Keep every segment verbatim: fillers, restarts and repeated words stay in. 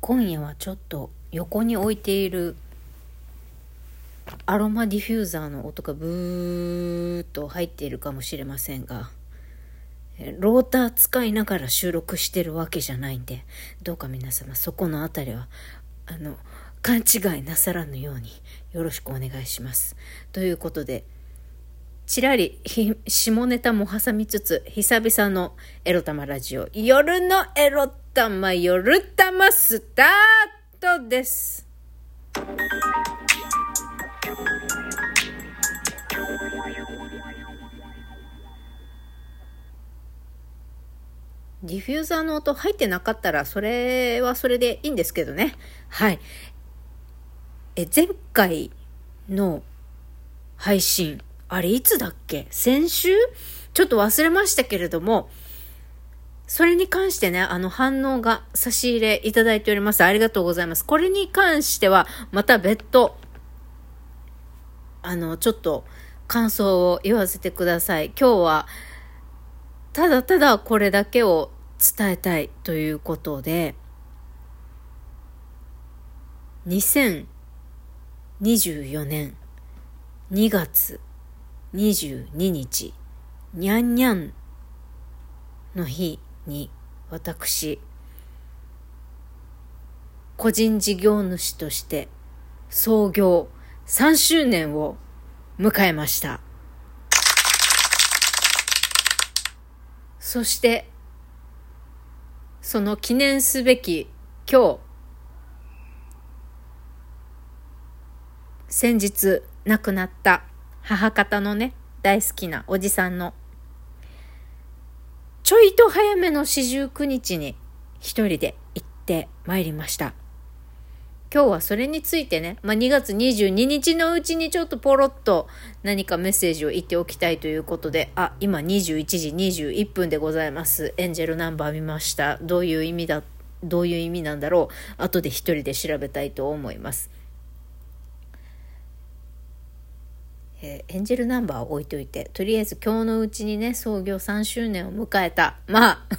今夜はちょっと横に置いているアロマディフューザーの音がブーっと入っているかもしれませんが、ローター使いながら収録してるわけじゃないんで、どうか皆様そこのあたりはあの勘違いなさらぬようによろしくお願いします。ということで、ちらり下ネタも挟みつつ、久々のエロ玉ラジオ、夜のエロ玉夜玉スタートです。ディフューザーの音入ってなかったらそれはそれでいいんですけどね。はい。え前回の配信、あれいつだっけ？先週？ちょっと忘れましたけれども、それに関してね、あの反応が差し入れいただいております。ありがとうございます。これに関してはまた別途あのちょっと感想を言わせてください。今日はただただこれだけを伝えたいということで、にせんにじゅうよねんにがつにじゅうににち、にゃんにゃんの日に私、個人事業主として創業さんしゅうねんを迎えました。そしてその記念すべき今日、先日亡くなった母方のね、大好きなおじさんのちょいと早めの四十九日に一人で行ってまいりました。今日はそれについてね、まあ、にがつにじゅうににちのうちにちょっとポロッと何かメッセージを言っておきたいということで、あ、今にじゅういちじにじゅういっぷんでございます。エンジェルナンバー見ました。どういう意味だ、どういう意味なんだろう。後で一人で調べたいと思います。えー、エンジェルナンバーを置いといて、とりあえず今日のうちにね、創業さんしゅうねんを迎えた。まあ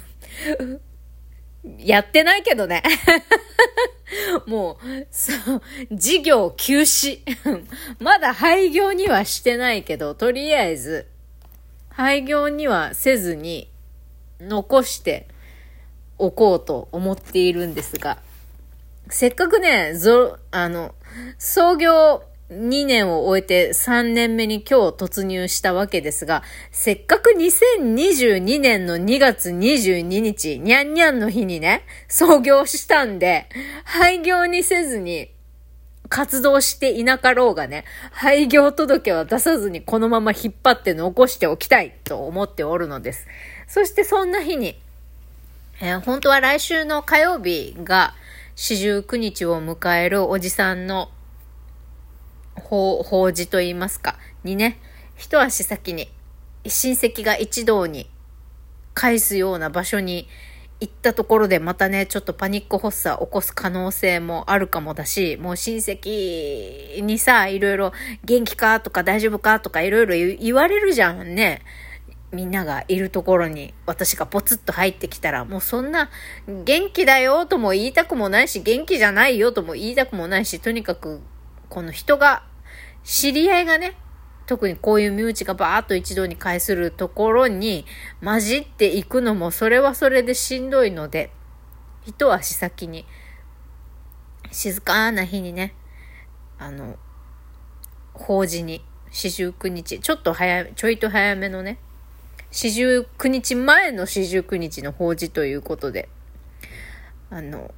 やってないけどねもうそう事業休止まだ廃業にはしてないけど、とりあえず廃業にはせずに残しておこうと思っているんですが、せっかくね、ぞあの創業にねんを終えてさんねんめに今日突入したわけですが、せっかくにせんにじゅうにねんのにがつにじゅうににち、にゃんにゃんの日にね、創業したんで、廃業にせずに活動していなかろうがね、廃業届は出さずにこのまま引っ張って残しておきたいと思っておるのです。そしてそんな日に、えー、本当は来週の火曜日が四十九日を迎えるおじさんの法, 法事と言いますかにね、一足先に親戚が一堂に会すような場所に行ったところで、またねちょっとパニック発作起こす可能性もあるかもだし、もう親戚にさ、いろいろ元気かとか大丈夫かとかいろいろ言われるじゃんね。みんながいるところに私がポツッと入ってきたら、もうそんな元気だよとも言いたくもないし、元気じゃないよとも言いたくもないし、とにかくこの人が知り合いがね、特にこういう身内がバーッと一堂に会するところに混じっていくのもそれはそれでしんどいので、一足先に静かな日にね、あの法事に四十九日、ちょっと早ちょいと早めのね、四十九日前の四十九日の法事ということで、あの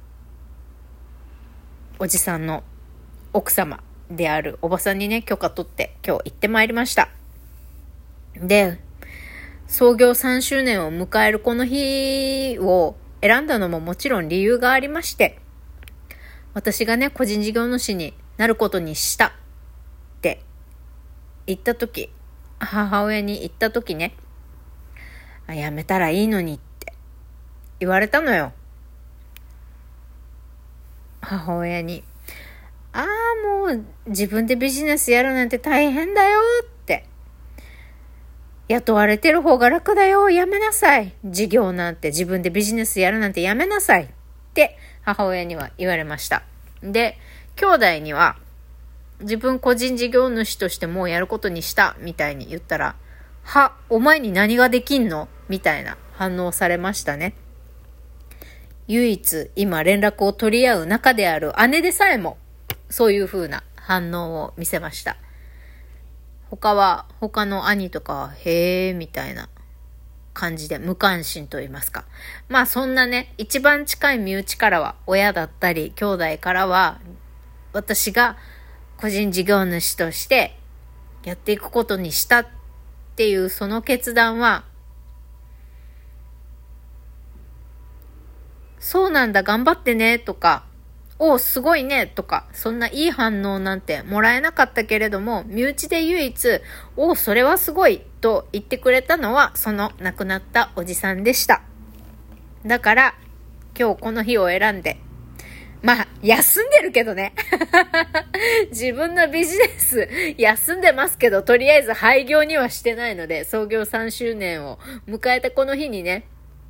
おじさんの奥様であるおばさんにね、許可取って今日行ってまいりました。で、創業さんしゅうねんを迎えるこの日を選んだのももちろん理由がありまして、私がね個人事業主になることにしたって言った時、母親に言った時ね、あ、やめたらいいのにって言われたのよ、母親に。ああ、もう自分でビジネスやるなんて大変だよって、雇われてる方が楽だよ、やめなさい、事業なんて自分でビジネスやるなんてやめなさいって母親には言われました。で、兄弟には、自分個人事業主としてもうやることにしたみたいに言ったら、は、お前に何ができんのみたいな反応されましたね。唯一今連絡を取り合う仲である姉でさえもそういう風な反応を見せました。他は、他の兄とかは、へーみたいな感じで無関心と言いますか。まあそんなね、一番近い身内からは、親だったり兄弟からは、私が個人事業主としてやっていくことにしたっていうその決断は、そうなんだ頑張ってねとか、おすごいねとか、そんないい反応なんてもらえなかったけれども、身内で唯一おそれはすごいと言ってくれたのはその亡くなったおじさんでした。だから今日この日を選んで、まあ、休んでるけどね。自分のビジネス休んでますけど、とりあえず廃業にはしてないので、創業さんしゅうねんを迎えたこの日にね、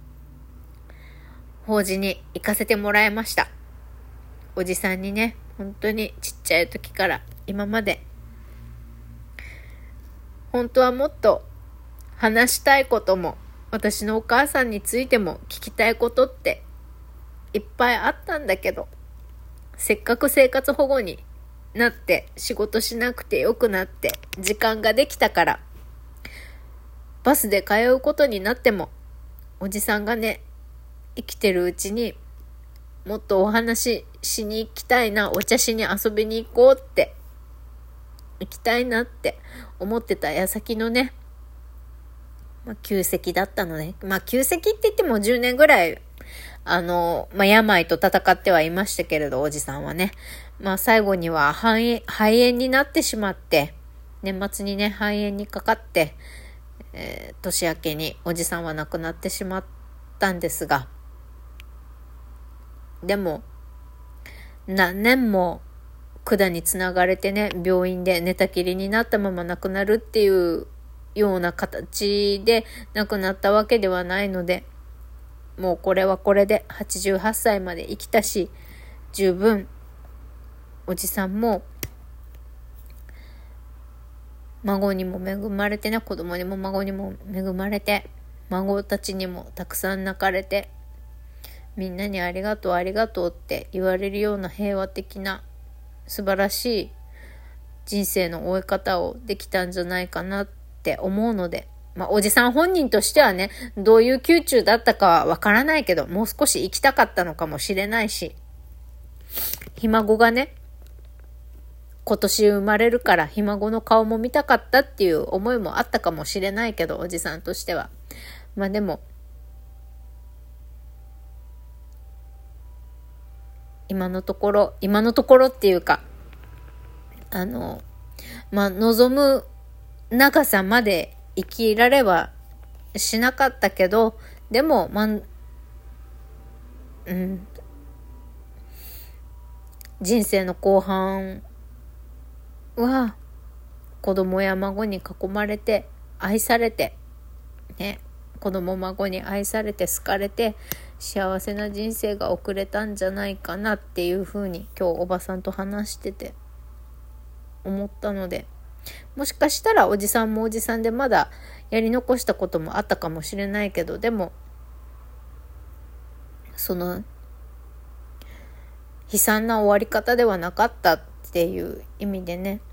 法事に行かせてもらいました。おじさんにね、本当にちっちゃい時から今まで、本当はもっと話したいことも、私のお母さんについても聞きたいことっていっぱいあったんだけど、せっかく生活保護になって仕事しなくてよくなって時間ができたから、バスで通うことになってもおじさんがね、生きてるうちにもっとお話ししに行きたいな、お茶しに遊びに行こうって行きたいなって思ってた矢先のね、まあ、急席だったのね。まあ急席って言ってもじゅうねんぐらいあの、まあ、病と戦ってはいましたけれど、おじさんはね。まあ、最後には肺炎になってしまって、年末にね、肺炎にかかって、えー、年明けにおじさんは亡くなってしまったんですが、でも、何年も管につながれてね、病院で寝たきりになったまま亡くなるっていうような形で亡くなったわけではないので、もうこれはこれではちじゅうはっさいまで生きたし、十分おじさんも孫にも恵まれてね、子供にも孫にも恵まれて、孫たちにもたくさん泣かれて、みんなにありがとうありがとうって言われるような平和的な素晴らしい人生の終え方をできたんじゃないかなって思うので、まあ、おじさん本人としてはね、どういう宮中だったかはわからないけど、もう少し生きたかったのかもしれないし、ひ孫がね、今年生まれるからひ孫の顔も見たかったっていう思いもあったかもしれないけど、おじさんとしては。まあでも、今のところ、今のところっていうか、あの、まあ、望む長さまで生きられはしなかったけど、でも、まあ、うん、人生の後半は子供や孫に囲まれて愛されてね、子供孫に愛されて好かれて幸せな人生が送れたんじゃないかなっていうふうに今日おばさんと話してて思ったので、もしかしたらおじさんもおじさんでまだやり残したこともあったかもしれないけど、でもその悲惨な終わり方ではなかったっていう意味でね、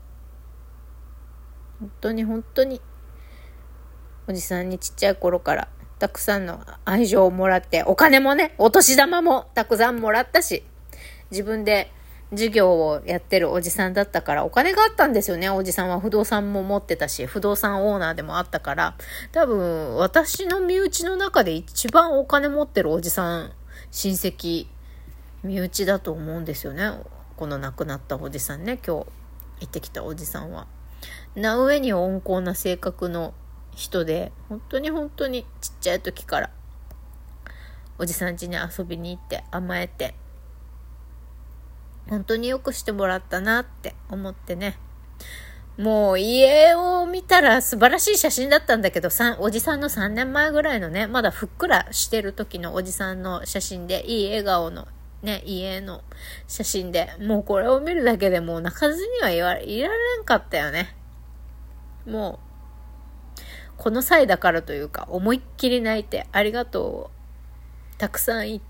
本当に本当におじさんにちっちゃい頃からたくさんの愛情をもらって、お金もね、お年玉もたくさんもらったし、自分で事業をやってるおじさんだったからお金があったんですよね。おじさんは不動産も持ってたし、不動産オーナーでもあったから、多分私の身内の中で一番お金持ってるおじさん、親戚、身内だと思うんですよね。この亡くなったおじさんね、今日行ってきたおじさんは。な上に温厚な性格の人で、本当に本当にちっちゃい時からおじさん家に遊びに行って甘えて、本当によくしてもらったなって思ってね。もう家を見たら素晴らしい写真だったんだけど、おじさんのさんねんまえぐらいのね、まだふっくらしてる時のおじさんの写真で、いい笑顔のね、家の写真で、もうこれを見るだけでもう泣かずにはいられんかったよね。もう、この際だからというか、思いっきり泣いて、ありがとうをたくさん言って、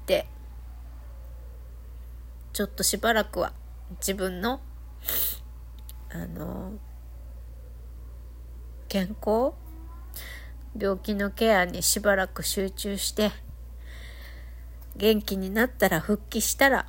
ちょっとしばらくは自分の、あの、健康、病気のケアにしばらく集中して、元気になったら復帰したら、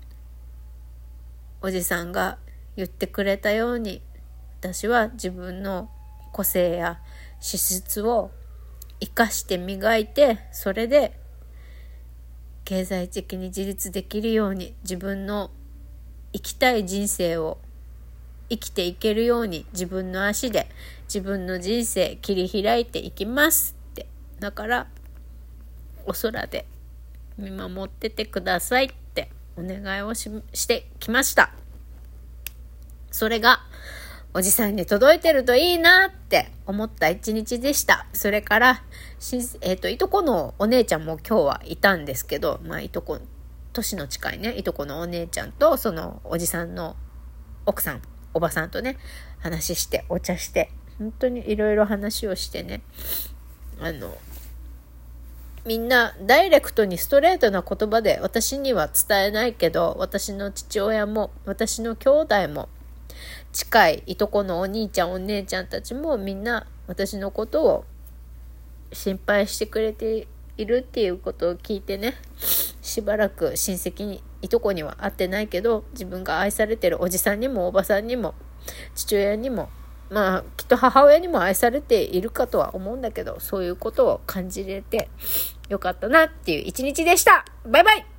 おじさんが言ってくれたように、私は自分の個性や資質を生かして磨いて、それで経済的に自立できるように、自分の生きたい人生を生きていけるように、自分の足で自分の人生切り開いていきますって。だからお空で見守っててくださいってお願いを し, してきました。それがおじさんに届いてるといいなって思った一日でした。それからえっといとこのお姉ちゃんも今日はいたんですけど、まあいとこ年の近いねいとこのお姉ちゃんとそのおじさんの奥さんおばさんとね話してお茶して本当にいろいろ話をしてね、あのみんなダイレクトにストレートな言葉で私には伝えないけど、私の父親も私の兄弟も近いいとこのお兄ちゃんお姉ちゃんたちもみんな私のことを心配してくれているっていうことを聞いてね、しばらく親戚にいとこには会ってないけど、自分が愛されてるおじさんにもおばさんにも父親にも、まあきっと母親にも愛されているかとは思うんだけど、そういうことを感じれてよかったなっていう一日でした。バイバイ。